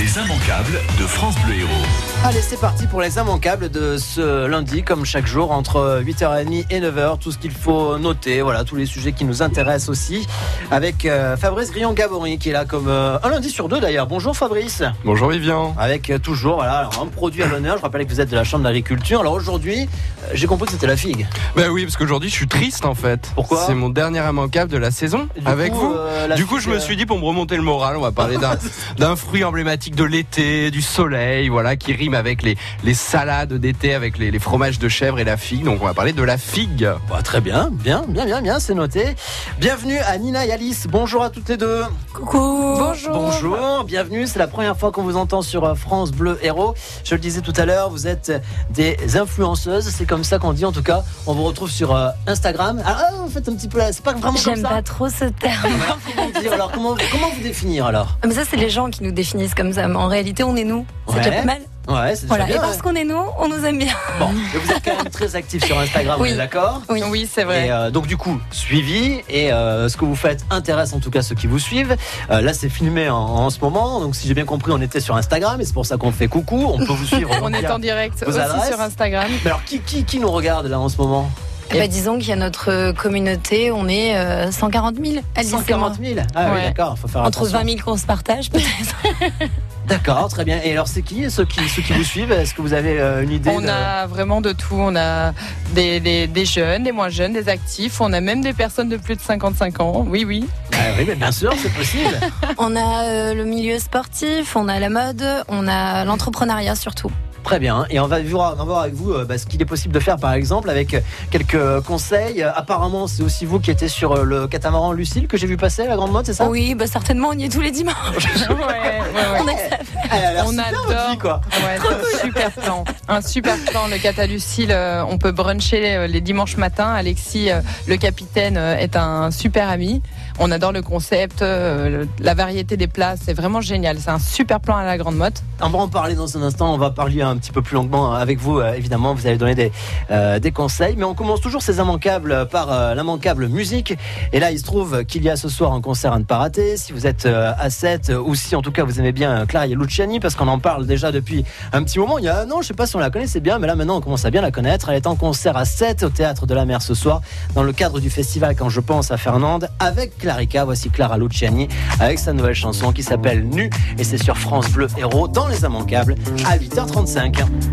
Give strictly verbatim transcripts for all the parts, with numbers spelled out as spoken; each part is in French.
Les immanquables de France Bleu Héros. Allez, c'est parti pour les immanquables de ce lundi, comme chaque jour, entre huit heures trente et neuf heures. Tout ce qu'il faut noter, voilà, tous les sujets qui nous intéressent aussi, avec euh, Fabrice Grillon-Gabory, qui est là comme euh, un lundi sur deux d'ailleurs. Bonjour Fabrice. Bonjour Vivian. Avec euh, toujours, voilà, alors, un produit à l'honneur. Je rappelle que vous êtes de la Chambre d'agriculture. Alors aujourd'hui, euh, j'ai compris que c'était la figue. Ben oui, parce qu'aujourd'hui je suis triste en fait. Pourquoi ? C'est mon dernier immanquable de la saison Du avec coup, vous. euh, la du coup, figue, je me suis dit, pour me remonter le moral, on va parler d'un, d'un fruit emblématique de l'été, du soleil, voilà, qui rime avec les, les salades d'été, avec les, les fromages de chèvre et la figue. Donc on va parler de la figue. Bah, très bien, bien, bien, bien, bien, c'est noté. Bienvenue à Nina et Alice. Bonjour à toutes les deux. Coucou. Bonjour. Bonjour, bienvenue. C'est la première fois qu'on vous entend sur France Bleu Héros. Je le disais tout à l'heure, vous êtes des influenceuses. C'est comme ça qu'on dit, en tout cas. On vous retrouve sur euh, Instagram. Alors, ah, vous faites un petit peu là. C'est pas vraiment J'aime comme ça. pas trop ce terme. Comment dire alors comment, comment vous définir alors ? Mais ça, c'est les gens qui nous définissent comme ça. Mais en réalité, on est nous. C'est Ouais. déjà pas mal. Ouais, c'est déjà Voilà. bien. Et parce ouais. qu'on est nous, on nous aime bien. Bon, et vous êtes quand même très actifs sur Instagram, Oui. on est d'accord ? Oui, Oui, c'est vrai. Et euh, donc du coup, suivi, et euh, ce que vous faites intéresse en tout cas ceux qui vous suivent. Euh, là, c'est filmé en, en ce moment, donc si j'ai bien compris, on était sur Instagram, et c'est pour ça qu'on fait coucou. On peut vous suivre. On est en direct vos aussi adresses. sur Instagram. Mais alors, qui, qui, qui nous regarde là en ce moment ? Eh ben, disons qu'il y a notre communauté, on est euh, cent quarante mille. Alice cent et moi. quarante mille. Ah oui, Ouais. d'accord, faut faire Entre attention. vingt mille qu'on se partage, peut-être. D'accord, très bien. Et alors, c'est qui ceux qui, ceux qui vous suivent ? Est-ce que vous avez euh, une idée On de... a vraiment de tout. On a des, des, des jeunes, des moins jeunes, des actifs. On a même des personnes de plus de cinquante-cinq ans. Oui, oui. Ah oui, mais bien sûr, c'est possible. On a euh, le milieu sportif, on a la mode, on a l'entrepreneuriat surtout. Très bien, et on va voir, on va voir avec vous euh, bah, ce qu'il est possible de faire par exemple avec euh, quelques conseils. Euh, apparemment c'est aussi vous qui étiez sur euh, le catamaran Lucille que j'ai vu passer à la Grande Motte, c'est ça ? Oui, bah certainement, on y est tous les dimanches. Ouais, ouais, ouais. On accepte. Elle a l'air On super, adore. votre vie, quoi. Ouais, c'est un super plan. Un super plan. Le Cata Lucille, euh, on peut bruncher euh, les dimanches matins. Alexis, euh, le capitaine, euh, est un super ami. On adore le concept, euh, le- la variété des plats. C'est vraiment génial. C'est un super plan à la Grande Motte. On va en parler dans un instant, on va parler un petit peu plus longuement avec vous, euh, évidemment, vous allez donner des, euh, des conseils, mais on commence toujours ces immanquables par euh, l'immanquable musique, et là il se trouve qu'il y a ce soir un concert à ne pas rater, si vous êtes euh, à Sète, ou si en tout cas vous aimez bien Claria Luciani, parce qu'on en parle déjà depuis un petit moment, il y a un an, je sais pas si on la connaissait bien, mais là maintenant on commence à bien la connaître, elle est en concert à Sète, au Théâtre de la Mer ce soir, dans le cadre du festival Quand je pense à Fernande, avec Clarica. Voici Clara Luciani, avec sa nouvelle chanson qui s'appelle Nu, et c'est sur France Bleu Héros, dans les immanquables, à huit heures trente-cinq.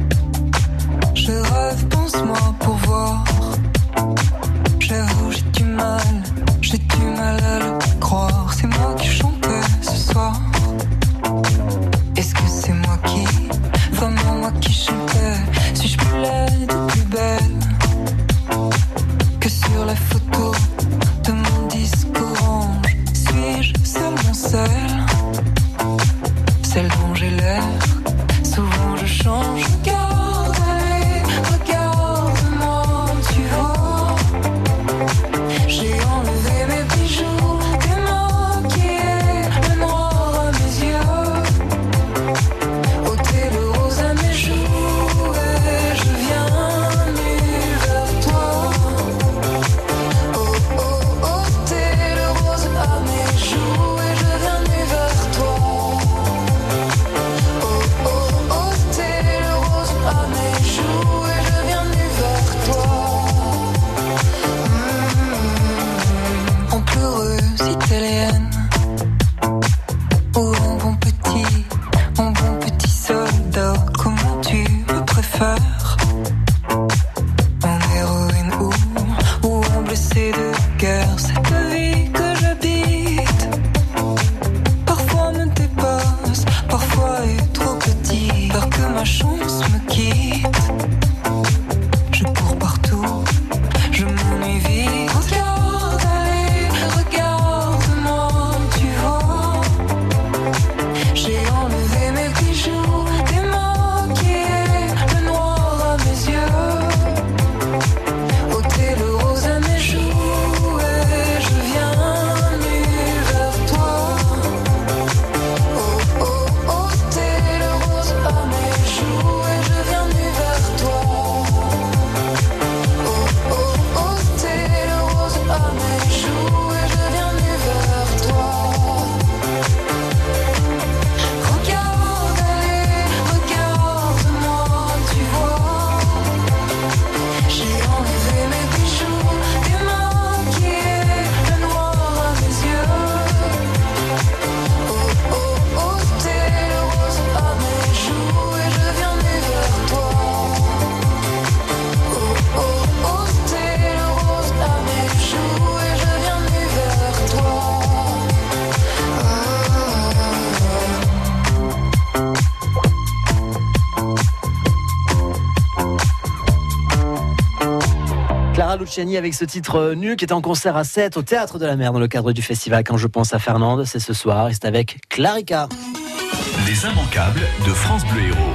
Je rêve, pense-moi pour voir. J'avoue, j'ai du mal, j'ai du mal à le croire. C'est moi qui chantais ce soir. Est-ce que c'est moi qui, vraiment moi qui chantais? Suis-je plus laide ou plus belle que sur la photo de mon disque orange? Suis-je seulement celle, celle dont j'ai l'air? Souvent je change. Regarde, allez, regarde-moi, tu vois. J'ai enlevé mes bijoux, démaquillé le noir à mes yeux, ôté le rose à mes joues, et je viens nu vers toi. Oh oh, ôté le rose à mes joues, et je viens nu vers toi. Oh oh, ôté le rose à mes joues, et je viens nu vers toi. Mmh. En pleureuse italienne, ou en bon petit, en bon petit soldat, comment tu me préfères? En héroïne ou, ou en blessé de guerre, cette vie que j'habite parfois me dépasse, parfois est trop petit, peur que ma chance me quitte. Je cours partout, je m'ennuie vite. Regarde, allez, regarde-moi, tu vois. J'ai enlevé mes bijoux, démaquillé le noir à mes yeux, ôté le rose à mes joues, et je viens nu vers toi. Oh oh, ôté le rose à mes joues, Puccini avec ce titre Nu qui est en concert à sept au Théâtre de la Mer dans le cadre du festival Quand je pense à Fernande. C'est ce soir et c'est avec Clarica. Les immanquables de France Bleu Héros.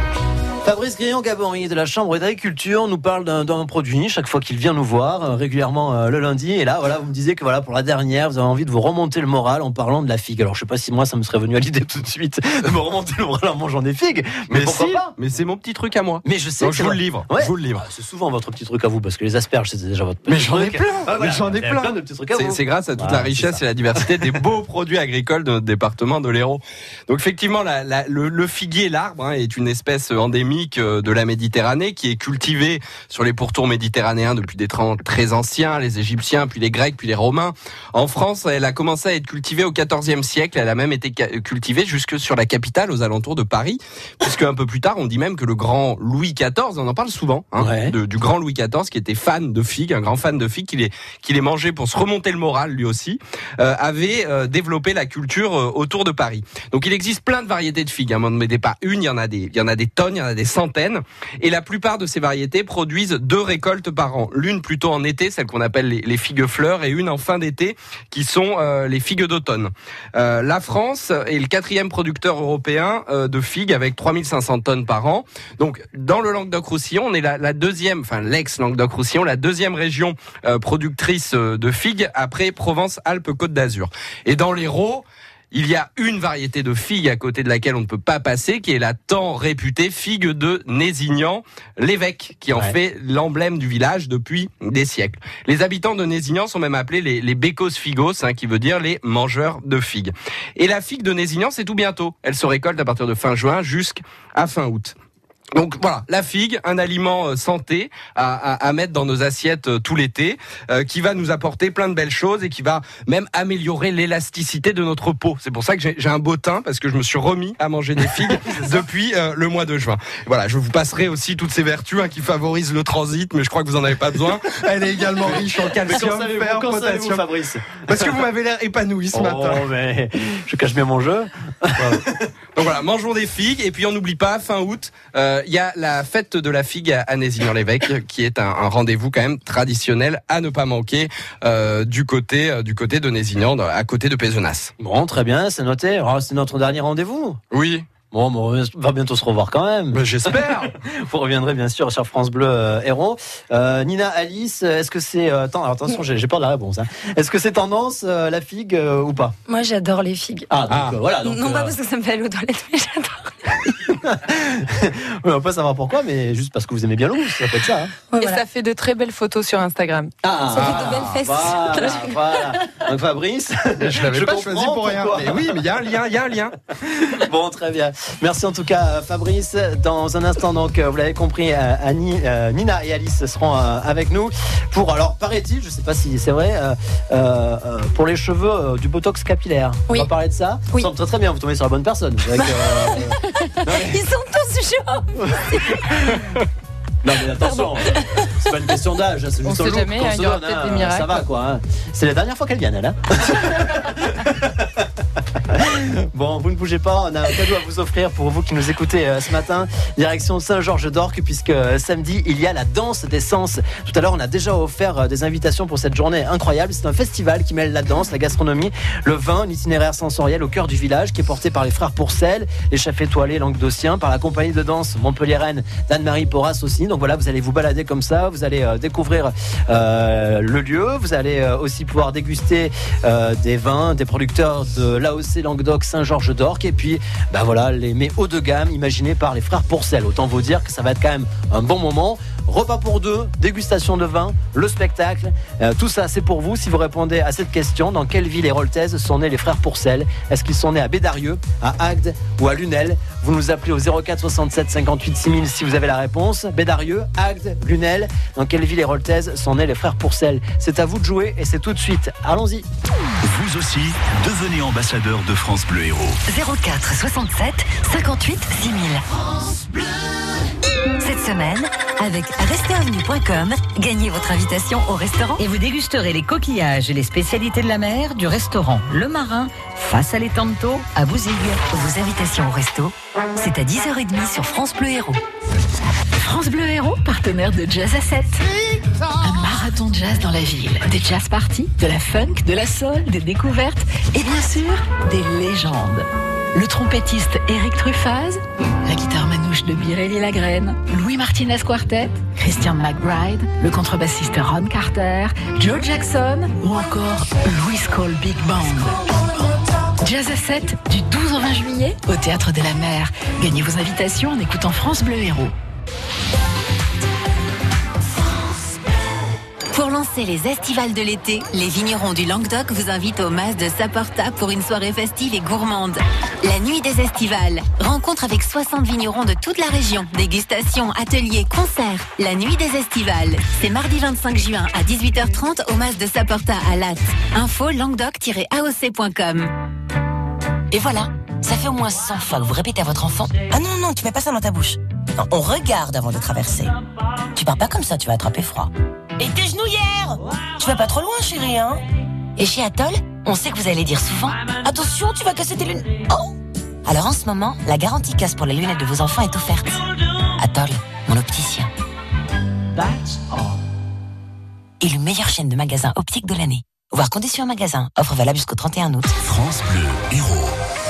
Fabrice Grillon-Gabory de la Chambre d'agriculture nous parle d'un, d'un produit chaque fois qu'il vient nous voir, euh, régulièrement euh, le lundi. Et là, voilà, vous me disiez que voilà, pour la dernière, vous avez envie de vous remonter le moral en parlant de la figue. Alors, je sais pas si moi, ça me serait venu à l'idée tout de suite de me remonter le moral en mangeant des figues. Mais, Mais pourquoi si, pas? mais c'est mon petit truc à moi. Mais je sais Donc que je vous c'est le vrai. livre. Ouais. Je vous le livre. Ah, c'est souvent votre petit truc à vous parce que les asperges, c'était déjà votre petit Mais truc. j'en ai plein. Ah, voilà, Mais j'en ai vous avez plein. plein de petits trucs à C'est, vous. c'est grâce à toute Voilà, la c'est richesse ça. et la diversité des beaux produits agricoles de notre département de l'Hérault. Donc effectivement, la, la, le, le figuier, l'arbre, hein, est une espèce endémique de la Méditerranée qui est cultivée sur les pourtours méditerranéens depuis des temps très anciens, les Égyptiens, puis les Grecs, puis les Romains. En France, elle a commencé à être cultivée au quatorzième siècle. Elle a même été cultivée jusque sur la capitale, aux alentours de Paris, puisque un peu plus tard, on dit même que le grand Louis quatorze, on en parle souvent, hein, Ouais. de, du grand Louis quatorze, qui était fan de figues, un grand fan de figues, qui les, qui les mangeait pour se remonter le moral, lui aussi, euh, avait euh, développé la culture euh, autour de Paris. Donc il existe plein de variétés de figues. Hein, on ne mettait pas une, il y en a des, il y en a des tonnes, il y en a des centaines, et la plupart de ces variétés produisent deux récoltes par an. L'une plutôt en été, celle qu'on appelle les, les figues fleurs, et une en fin d'été, qui sont euh, les figues d'automne. Euh, la France est le quatrième producteur européen euh, de figues avec trois mille cinq cents tonnes par an. Donc dans le Languedoc-Roussillon, on est la, la deuxième, enfin l'ex-Languedoc-Roussillon, la deuxième région euh, productrice euh, de figues après Provence-Alpes-Côte d'Azur. Et dans l'Hérault, il y a une variété de figues à côté de laquelle on ne peut pas passer, qui est la tant réputée figue de Nézignan, l'évêque, qui en Ouais. fait l'emblème du village depuis des siècles. Les habitants de Nézignan sont même appelés les, les becos figos, hein, qui veut dire les mangeurs de figues. Et la figue de Nézignan, c'est tout bientôt. Elle se récolte à partir de fin juin jusqu'à fin août. Donc voilà, la figue, un aliment euh, santé à, à, à mettre dans nos assiettes euh, tout l'été, euh, qui va nous apporter plein de belles choses et qui va même améliorer l'élasticité de notre peau. C'est pour ça que j'ai, j'ai un beau teint, parce que je me suis remis à manger des figues depuis euh, le mois de juin. Voilà, je vous passerai aussi toutes ces vertus, hein, qui favorisent le transit, mais je crois que vous en avez pas besoin. Elle est également riche en Mais calcium, quand savez-vous, fer, quand savez-vous, potassium. Fabrice? Parce que vous m'avez l'air épanoui ce matin. Oh, mais je cache bien mon jeu. Donc voilà, mangeons des figues, et puis on n'oublie pas, fin août, il euh, y a la fête de la figue à, à Nézignan-l'Évêque, qui est un, un rendez-vous quand même traditionnel à ne pas manquer euh, du côté euh, du côté de Nézignan, à côté de Pézenas. Bon, très bien, c'est noté. Alors, c'est notre dernier rendez-vous. Oui, Bon, bon, on va bientôt se revoir quand même. ben, j'espère. Vous reviendrez bien sûr sur France Bleu euh, Héros. Euh, Nina, Alice, est-ce que c'est... Euh, attends, alors, attention, j'ai, j'ai peur de la réponse. Hein. Est-ce que c'est tendance, euh, la figue, euh, ou pas? Moi, j'adore les figues. Ah, donc Ah. euh, voilà. Donc, non, pas euh, parce que ça me fait aller aux toilettes, mais j'adore. on va pas savoir pourquoi, mais juste parce que vous aimez bien l'eau, ça peut être ça. Hein. Ouais, Et voilà. ça fait de très belles photos sur Instagram. Ah, Ça fait de belles fesses. Voilà, voilà. Donc Fabrice, Je l'avais je pas comprends choisi pour rien. pourquoi. Mais oui, mais il y a un lien, il y a un lien. Bon, très bien. Merci en tout cas, Fabrice. Dans un instant, donc, vous l'avez compris, euh, Annie, euh, Nina et Alice seront euh, avec nous pour, alors, paraît-il, je sais pas si c'est vrai, euh, euh, euh, pour les cheveux, euh, du botox capillaire. Oui. On va parler de ça. Oui. Ça semble très très bien. Vous tombez sur la bonne personne. Avec, euh, Ils sont tous chauds. Non mais attention, c'est pas une question d'âge, c'est juste On un sait look jamais, qu'on hein, se il y aura donne, peut-être hein, des miracles. ça va quoi. Hein. C'est la dernière fois qu'elle vient, elle. Hein. Bon, vous ne bougez pas, on a un cadeau à vous offrir pour vous qui nous écoutez euh, ce matin. Direction Saint-Georges-d'Orc, puisque euh, samedi, il y a la danse des sens. Tout à l'heure, on a déjà offert euh, des invitations pour cette journée incroyable. C'est un festival qui mêle la danse, la gastronomie, le vin, l'itinéraire sensoriel au cœur du village, qui est porté par les frères Pourcel, les chefs étoilés languedociens, par la compagnie de danse montpelliéraine d'Anne-Marie Porras aussi. Donc voilà, vous allez vous balader comme ça, vous allez euh, découvrir euh, le lieu, vous allez euh, aussi pouvoir déguster euh, des vins, des producteurs de l'A O C Languedoc Saint-Georges-d'Orc, et puis bah voilà, les mets haut de gamme imaginés par les frères Pourcel. Autant vous dire que ça va être quand même un bon moment. Repas pour deux, dégustation de vin, le spectacle, euh, tout ça c'est pour vous si vous répondez à cette question. Dans quelle ville héroltaise sont nés les frères Pourcel? Est-ce qu'ils sont nés à Bédarieux, à Agde ou à Lunel? Vous nous appelez au zéro quatre soixante-sept cinquante-huit six mille si vous avez la réponse. Bédarieux, Agde, Lunel, dans quelle ville héroltaise sont nés les frères Pourcel? C'est à vous de jouer et c'est tout de suite. Allons-y. Vous aussi, devenez ambassadeur de France Bleu Héros. zéro quatre soixante-sept cinquante-huit six mille. Cette semaine, avec restauravenue point com, gagnez votre invitation au restaurant Et vous dégusterez les coquillages et les spécialités de la mer du restaurant Le Marin, face à l'étang de Thau, à Bouzigues. Vos invitations au resto, c'est à dix heures trente sur France Bleu Héros. France Bleu Héros, partenaire de Jazz à sept. Un marathon de jazz dans la ville. Des jazz parties, de la funk, de la soul, des découvertes et bien sûr, des légendes. Le trompettiste Eric Truffaz, la guitare manouche de Birelli Lagraine, Louis Martinez Quartet, Christian McBride, le contrebassiste Ron Carter, Joe Jackson ou encore Louis Cole Big Band. Jazz à sept du douze au vingt juillet au Théâtre de la Mer. Gagnez vos invitations en écoutant France Bleu Héros. Pour lancer les estivales de l'été, les vignerons du Languedoc vous invitent au Mas de Saporta pour une soirée festive et gourmande. La nuit des estivales. Rencontre avec soixante vignerons de toute la région. Dégustation, ateliers, concerts. La nuit des estivales. C'est mardi vingt-cinq juin à dix-huit heures trente au Mas de Saporta à Latte. Info languedoc tiret a o c point com. Et voilà, ça fait au moins cent fois que vous répétez à votre enfant « Ah non, non, tu mets pas ça dans ta bouche. Non, on regarde avant de traverser. Tu pars pas comme ça, tu vas attraper froid. Et tes genouillères! Tu vas pas trop loin, chérie, hein? Et chez Atoll, on sait que vous allez dire souvent « Attention, tu vas casser tes lunettes. Oh !» Alors en ce moment, la garantie casse pour les lunettes de vos enfants est offerte. Atoll, mon opticien. Élu meilleure chaîne de magasins optiques de l'année. Voir conditions en magasin. Offre valable jusqu'au trente et un août. France Bleu Héros.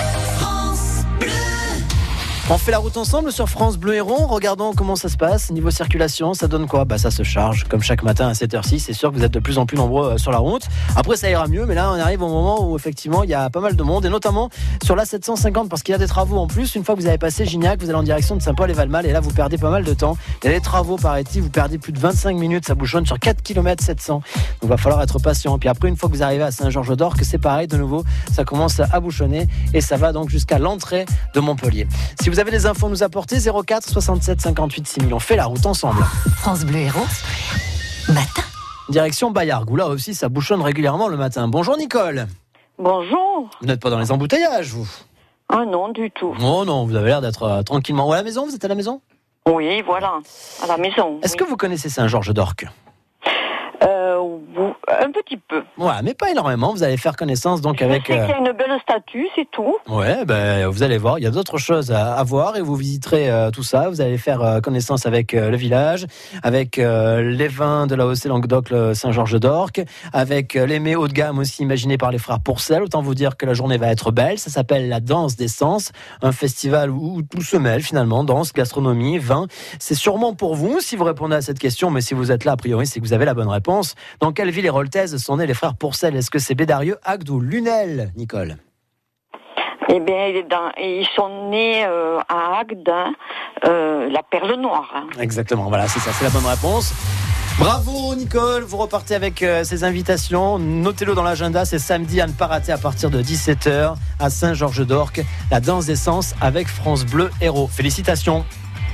On fait la route ensemble sur France Bleu Héros. Regardons comment ça se passe. Niveau circulation, ça donne quoi? Bah, ça se charge comme chaque matin à sept heures six. C'est sûr que vous êtes de plus en plus nombreux sur la route. Après, ça ira mieux, mais là, on arrive au moment où effectivement, il y a pas mal de monde, et notamment sur la sept cent cinquante, parce qu'il y a des travaux en plus. Une fois que vous avez passé Gignac, vous allez en direction de Saint-Paul-et-Valmal, et là, vous perdez pas mal de temps. Il y a des travaux, paraît-il, vous perdez plus de vingt-cinq minutes. Ça bouchonne sur quatre kilomètres sept cents. Donc, il va falloir être patient. Puis après, une fois que vous arrivez à Saint-Georges-d'Orc, c'est pareil, de nouveau, ça commence à bouchonner, et ça va donc jusqu'à l'entrée de Montpellier. Si vous avez des infos à nous apporter, zéro quatre soixante-sept cinquante-huit six mille. On fait la route ensemble. France Bleu Héros, matin. Direction Bayargues, où là aussi ça bouchonne régulièrement le matin. Bonjour Nicole. Bonjour. Vous n'êtes pas dans les embouteillages, vous? Ah non, du tout. Oh non, vous avez l'air d'être euh, tranquillement. Ou à la maison? Vous êtes à la maison? Oui, voilà, à la maison. Est-ce oui. que vous connaissez Saint-Georges-d'Orc? Euh, un petit peu. Voilà, mais pas énormément. Vous allez faire connaissance donc Je avec. sais Euh... qu'il y a une belle statue, c'est tout. Ouais, ben vous allez voir, il y a d'autres choses à, à voir et vous visiterez euh, tout ça. Vous allez faire euh, connaissance avec euh, le village, avec euh, les vins de l'A O C Languedoc Saint-Georges-d'Orc, avec euh, les mets haut de gamme aussi imaginés par les frères Pourcel. Autant vous dire que la journée va être belle. Ça s'appelle la Danse des Sens, un festival où tout se mêle finalement, danse, gastronomie, vin. C'est sûrement pour vous si vous répondez à cette question, mais si vous êtes là, a priori, c'est que vous avez la bonne réponse. Dans quelle ville héroltaise sont nés les frères Pourcel? Est-ce que c'est Bédarieux, Agde ou Lunel, Nicole? Eh bien, il est dans, ils sont nés euh, à Agde, hein, euh, la Perle Noire. Hein. Exactement, voilà, c'est ça, c'est la bonne réponse. Bravo Nicole, vous repartez avec euh, ces invitations. Notez-le dans l'agenda, c'est samedi à ne pas rater à partir de dix-sept heures à Saint-Georges-d'Orc, la Danse des Sens avec France Bleu Héros. Félicitations.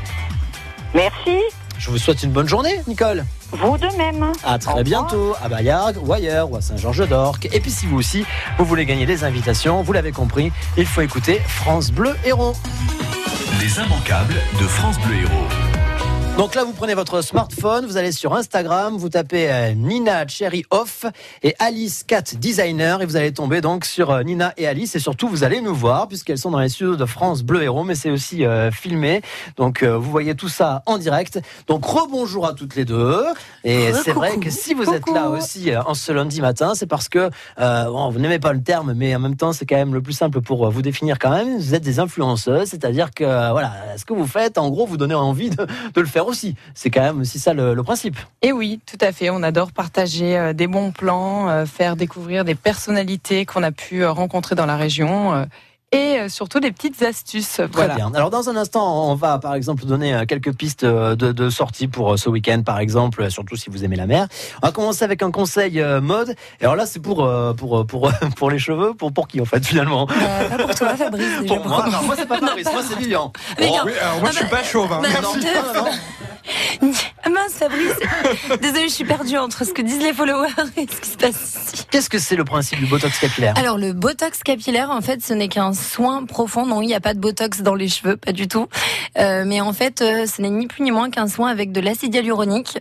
Merci. Je vous souhaite une bonne journée, Nicole. Vous de même. À très bientôt à Bayargues ou ailleurs ou à Saint-Georges-d'Orc. Et puis si vous aussi, vous voulez gagner des invitations, vous l'avez compris, il faut écouter France Bleu Héros. Les immanquables de France Bleu Héros. Donc là, vous prenez votre smartphone, vous allez sur Instagram, vous tapez euh, Nina Cherry Off et Alice Cat Designer et vous allez tomber donc sur euh, Nina et Alice et surtout vous allez nous voir puisqu'elles sont dans les studios de France Bleu Héros, mais c'est aussi euh, filmé. Donc euh, vous voyez tout ça en direct. Donc rebonjour à toutes les deux. Et c'est vrai que si vous êtes là aussi euh, en ce lundi matin, c'est parce que euh, bon, vous n'aimez pas le terme, mais en même temps c'est quand même le plus simple pour vous définir quand même. Vous êtes des influenceuses, c'est-à-dire que euh, voilà, ce que vous faites, en gros, vous donnez envie de, de le faire aussi. C'est quand même aussi ça le, le principe. Et oui, tout à fait. On adore partager euh, des bons plans, euh, faire découvrir des personnalités qu'on a pu euh, rencontrer dans la région. Euh, Et surtout des petites astuces. Très voilà. bien. Alors dans un instant, on va par exemple donner quelques pistes de, de sortie pour ce week-end, par exemple, surtout si vous aimez la mer. On va commencer avec un conseil mode. Et alors là, c'est pour pour pour pour les cheveux, pour pour qui en fait finalement? Euh, pas pour toi, Fabrice. Déjà pour moi, non, moi c'est pas Fabrice, moi c'est Lilian. Oh, oui, alors moi je suis pas chauve. Hein. Bah, non, non, non, non. Ah mince, Fabrice. Désolée, je suis perdue entre ce que disent les followers et ce qui se passe ici. Qu'est-ce que c'est le principe du botox capillaire? Alors le botox capillaire, en fait, ce n'est qu'un soin profond. Non, il n'y a pas de botox dans les cheveux, pas du tout. Euh, mais en fait, euh, ce n'est ni plus ni moins qu'un soin avec de l'acide hyaluronique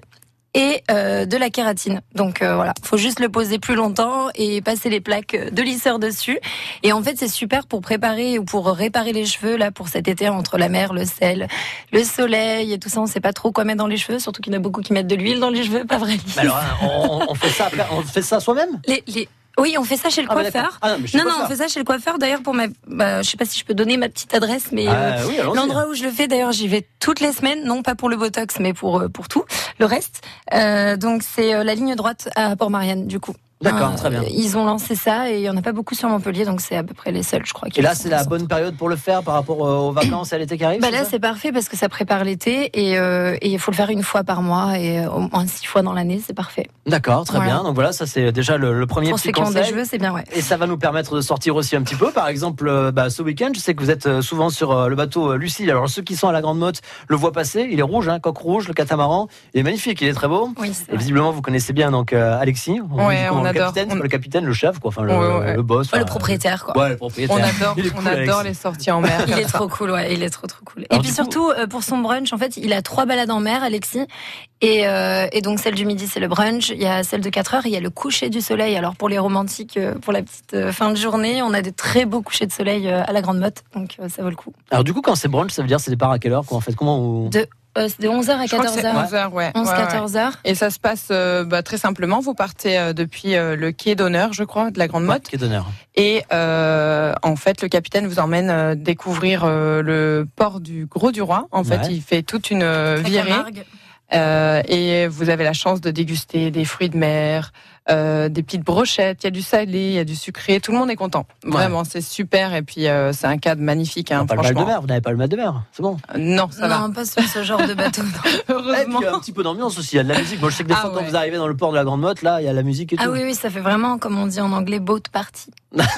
et euh, de la kératine. Donc euh, voilà, faut juste le poser plus longtemps et passer les plaques de lisseur dessus. Et en fait, c'est super pour préparer ou pour réparer les cheveux là pour cet été entre la mer, le sel, le soleil et tout ça. On sait pas trop quoi mettre dans les cheveux, surtout qu'il y en a beaucoup qui mettent de l'huile dans les cheveux, pas vrai? Alors, on, on fait ça, après, on fait ça soi-même? Les, les... Oui, on fait ça chez le ah, coiffeur. Ah, non, mais chez non, le non, coiffeur. on fait ça chez le coiffeur. D'ailleurs, pour ma, bah, je sais pas si je peux donner ma petite adresse, mais ah, euh, oui, l'endroit où je le fais, d'ailleurs, j'y vais toutes les semaines, non pas pour le botox, mais pour pour tout le reste. Euh, donc c'est euh, la ligne droite à Port-Marianne, du coup. D'accord, euh, très bien. Ils ont lancé ça et il y en a pas beaucoup sur Montpellier, donc c'est à peu près les seuls, je crois. Et là, c'est la bonne période pour le faire par rapport aux vacances et à l'été qui arrive. Bah là, c'est parfait parce que ça prépare l'été et euh, et il faut le faire une fois par mois et au moins six fois dans l'année, c'est parfait. D'accord, très voilà. bien. Donc voilà, ça c'est déjà le, le premier pour petit ceux qui conseil. ont des cheveux, c'est bien, ouais. Et ça va nous permettre de sortir aussi un petit peu. Par exemple, euh, bah, ce week-end, je sais que vous êtes euh, souvent sur euh, le bateau euh, Lucille. Alors ceux qui sont à la Grande Motte le voient passer. Il est rouge, hein, coque rouge, le catamaran. Il est magnifique, il est très beau. Oui, et visiblement, vous connaissez bien donc euh, Alexis. On ouais, on le adore. Capitaine, on... c'est pas le capitaine, le chef, quoi. Enfin, le, ouais, ouais. le boss. Ouais, le propriétaire, quoi. Ouais, le propriétaire. On adore, cool, on adore Alexis. les sorties en mer. Il est trop cool, ouais, il est trop trop cool. Alors, et puis coup... surtout, euh, pour son brunch, en fait, il a trois balades en mer, Alexis. Et, euh, et donc celle du midi, c'est le brunch. Il y a celle de quatre heures, il y a le coucher du soleil. Alors pour les romantiques, euh, pour la petite euh, fin de journée, on a des très beaux couchers de soleil euh, à la Grande Motte, donc euh, ça vaut le coup. Alors du coup, quand c'est brunch, ça veut dire c'est départ à quelle heure, quoi, en fait? Comment vous... De Euh, c'est de onze heures à quatorze heures. onze heures, ouais. onze à ouais, quatorze heures. Ouais. Et ça se passe euh, bah, très simplement. Vous partez euh, depuis euh, le quai d'honneur, je crois, de la Grande Motte. Ouais, quai d'honneur. Et euh, en fait, le capitaine vous emmène euh, découvrir euh, le port du Gros du Roi. En fait, ouais. il fait toute une euh, virée. Euh, et vous avez la chance de déguster des fruits de mer, euh, des petites brochettes, il y a du salé, il y a du sucré, tout le monde est content. Vraiment, ouais. C'est super et puis euh, c'est un cadre magnifique. Hein, pas franchement. Le mal de mer, vous n'avez pas le mal de mer, c'est bon. Euh, non, ça non, va. Non, pas sur ce genre de bateau. Heureusement. Et puis il y a un petit peu d'ambiance aussi, il y a de la musique. Moi je sais que des ah, fois ouais. quand vous arrivez dans le port de la Grande Motte, là, il y a la musique et tout. Ah oui, oui, ça fait vraiment, comme on dit en anglais, boat party.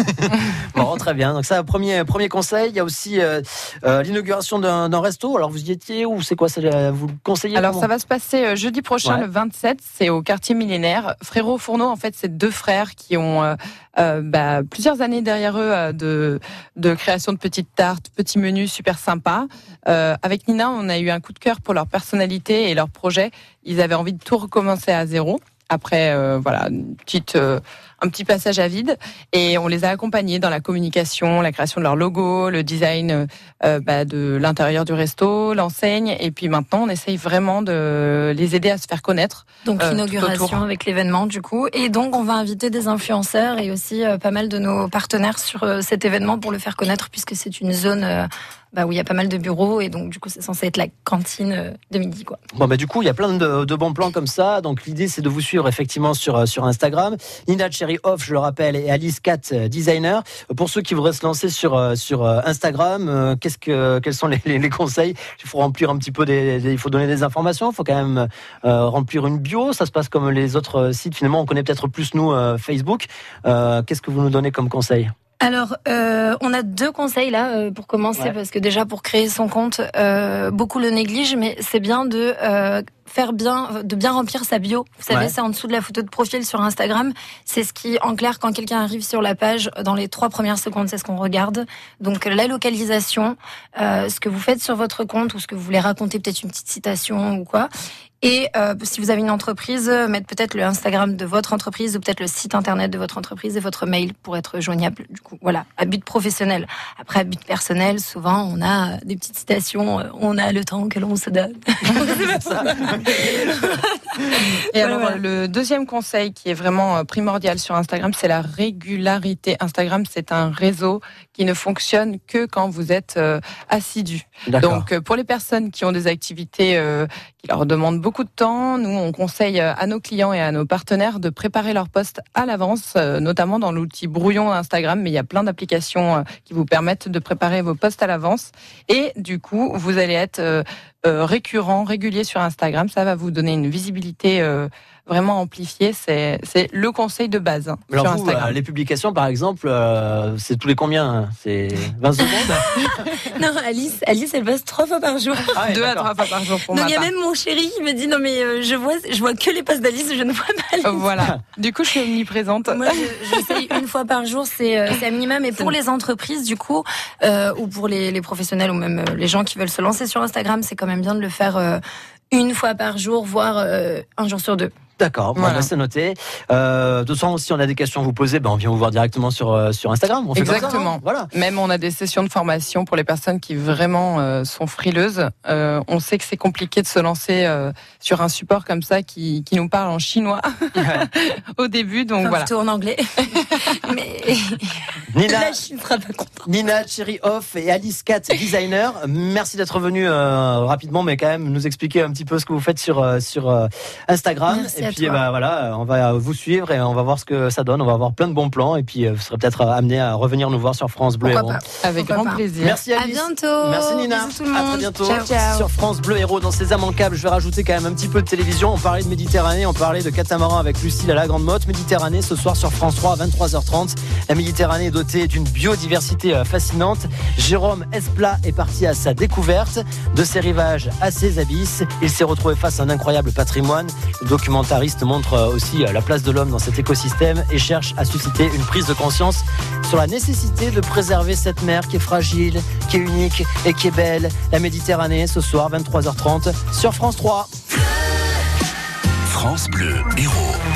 Bon, très bien. Donc ça, premier premier conseil. Il y a aussi euh, euh, l'inauguration d'un, d'un resto. Alors vous y étiez ou c'est quoi ça, vous le conseillez? Alors comment? Ça va se passer euh, jeudi prochain, ouais. le vingt-sept. C'est au quartier millénaire. Frérot Fourneau, en fait, c'est deux frères qui ont euh, euh, bah, plusieurs années derrière eux euh, de de création de petites tartes, petits menus super sympas. Euh, avec Nina, on a eu un coup de cœur pour leur personnalité et leur projet. Ils avaient envie de tout recommencer à zéro. Après, euh, voilà, une petite, euh, un petit passage à vide, et on les a accompagnés dans la communication, la création de leur logo, le design euh, bah, de l'intérieur du resto, l'enseigne, et puis maintenant, on essaye vraiment de les aider à se faire connaître. Donc euh, l'inauguration avec l'événement, du coup, et donc on va inviter des influenceurs et aussi euh, pas mal de nos partenaires sur euh, cet événement pour le faire connaître, puisque c'est une zone. Euh, Bah où il y a pas mal de bureaux et donc du coup c'est censé être la cantine de midi quoi. Bon bah du coup il y a plein de, de bons plans comme ça, donc l'idée c'est de vous suivre effectivement sur sur Instagram. Nina Cherry Off, je le rappelle, et Alice Cat Designer. Pour ceux qui voudraient se lancer sur sur Instagram, qu'est-ce que quels sont les, les, les conseils? Il faut remplir un petit peu des, des il faut donner des informations, il faut quand même euh, remplir une bio. Ça se passe comme les autres sites finalement. On connaît peut-être plus nous euh, Facebook. Euh, qu'est-ce que vous nous donnez comme conseil? Alors, euh, on a deux conseils là euh, pour commencer, ouais. Parce que déjà pour créer son compte, euh, beaucoup le négligent, mais c'est bien de euh, faire bien, de bien remplir sa bio. Vous savez, ouais. C'est en dessous de la photo de profil sur Instagram. C'est ce qui, en clair, quand quelqu'un arrive sur la page, dans les trois premières secondes, c'est ce qu'on regarde. Donc la localisation, euh, ce que vous faites sur votre compte ou ce que vous voulez raconter, peut-être une petite citation ou quoi. Et euh, si vous avez une entreprise, mettre peut-être le Instagram de votre entreprise ou peut-être le site internet de votre entreprise et votre mail pour être joignable. Du coup, voilà, à but professionnel. Après, à but personnel, souvent, on a des petites citations. On a le temps que l'on se donne. Et alors, voilà. Le deuxième conseil qui est vraiment primordial sur Instagram, c'est la régularité. Instagram, c'est un réseau qui ne fonctionne que quand vous êtes euh, assidu. D'accord. Donc, pour les personnes qui ont des activités euh, qui leur demandent beaucoup de temps, nous, on conseille à nos clients et à nos partenaires de préparer leur post à l'avance, euh, notamment dans l'outil brouillon d'Instagram, mais il y a plein d'applications euh, qui vous permettent de préparer vos posts à l'avance. Et du coup, vous allez être euh, euh, récurrent, régulier sur Instagram. Ça va vous donner une visibilité euh, vraiment amplifiée. C'est, c'est le conseil de base hein, Alors sur vous, Instagram. Euh, les publications, par exemple, euh, c'est tous les combien hein? C'est vingt secondes? Non, Alice, Alice, elle poste trois fois par jour. Ah ouais, Deux d'accord. à trois fois par jour pour Donc ma il y a part. même mon chéri qui me dit non mais euh, je vois, je vois que les posts d'Alice, je ne vois pas Alice. Voilà. Du coup, je suis omniprésente. Moi, je, j'essaye une fois par jour, c'est, euh, c'est un minimum. Et pour les entreprises, du coup, euh, ou pour les, les professionnels ou même euh, les gens qui veulent se lancer sur Instagram, c'est quand même bien de le faire. Euh, une fois par jour, voire euh, un jour sur deux. D'accord, voilà. Bon, bah, c'est noté. Euh, de toute façon, si on a des questions à vous poser, ben, on vient vous voir directement sur, euh, sur Instagram. On fait Exactement. Comme ça, voilà. Même on a des sessions de formation pour les personnes qui vraiment euh, sont frileuses. Euh, on sait que c'est compliqué de se lancer euh, sur un support comme ça qui, qui nous parle en chinois ouais. au début. Donc enfin, voilà. Plutôt en anglais. Mais Nina, la Chine sera pas contente. Nina Cherry Off et Alice Cat Designer, merci d'être venue euh, rapidement, mais quand même nous expliquer un petit peu ce que vous faites sur, euh, sur euh, Instagram. Merci et à puis toi. bah, voilà, on va vous suivre et on va voir ce que ça donne. On va avoir plein de bons plans et puis euh, vous serez peut-être amené à revenir nous voir sur France Bleu Pourquoi Héros. pas. Avec Pourquoi grand pas. plaisir. Merci Alice. À bientôt. Merci Nina. Bisous tout le monde. À très bientôt. Ciao, ciao. Sur France Bleu Héros dans ces immanquables. Je vais rajouter quand même un petit peu de télévision. On parlait de Méditerranée, on parlait de catamaran avec Lucille à la Grande Motte. Méditerranée ce soir sur France trois à vingt-trois heures trente. La Méditerranée est dotée d'une biodiversité fascinante. Jérôme Esplat est parti à sa découverte de ses rivages à ses abysses. Il s'est retrouvé face à un incroyable patrimoine. Le documentariste montre aussi la place de l'homme dans cet écosystème et cherche à susciter une prise de conscience sur la nécessité de préserver cette mer qui est fragile, qui est unique et qui est belle. La Méditerranée ce soir vingt-trois heures trente sur France trois. France Bleu Héros.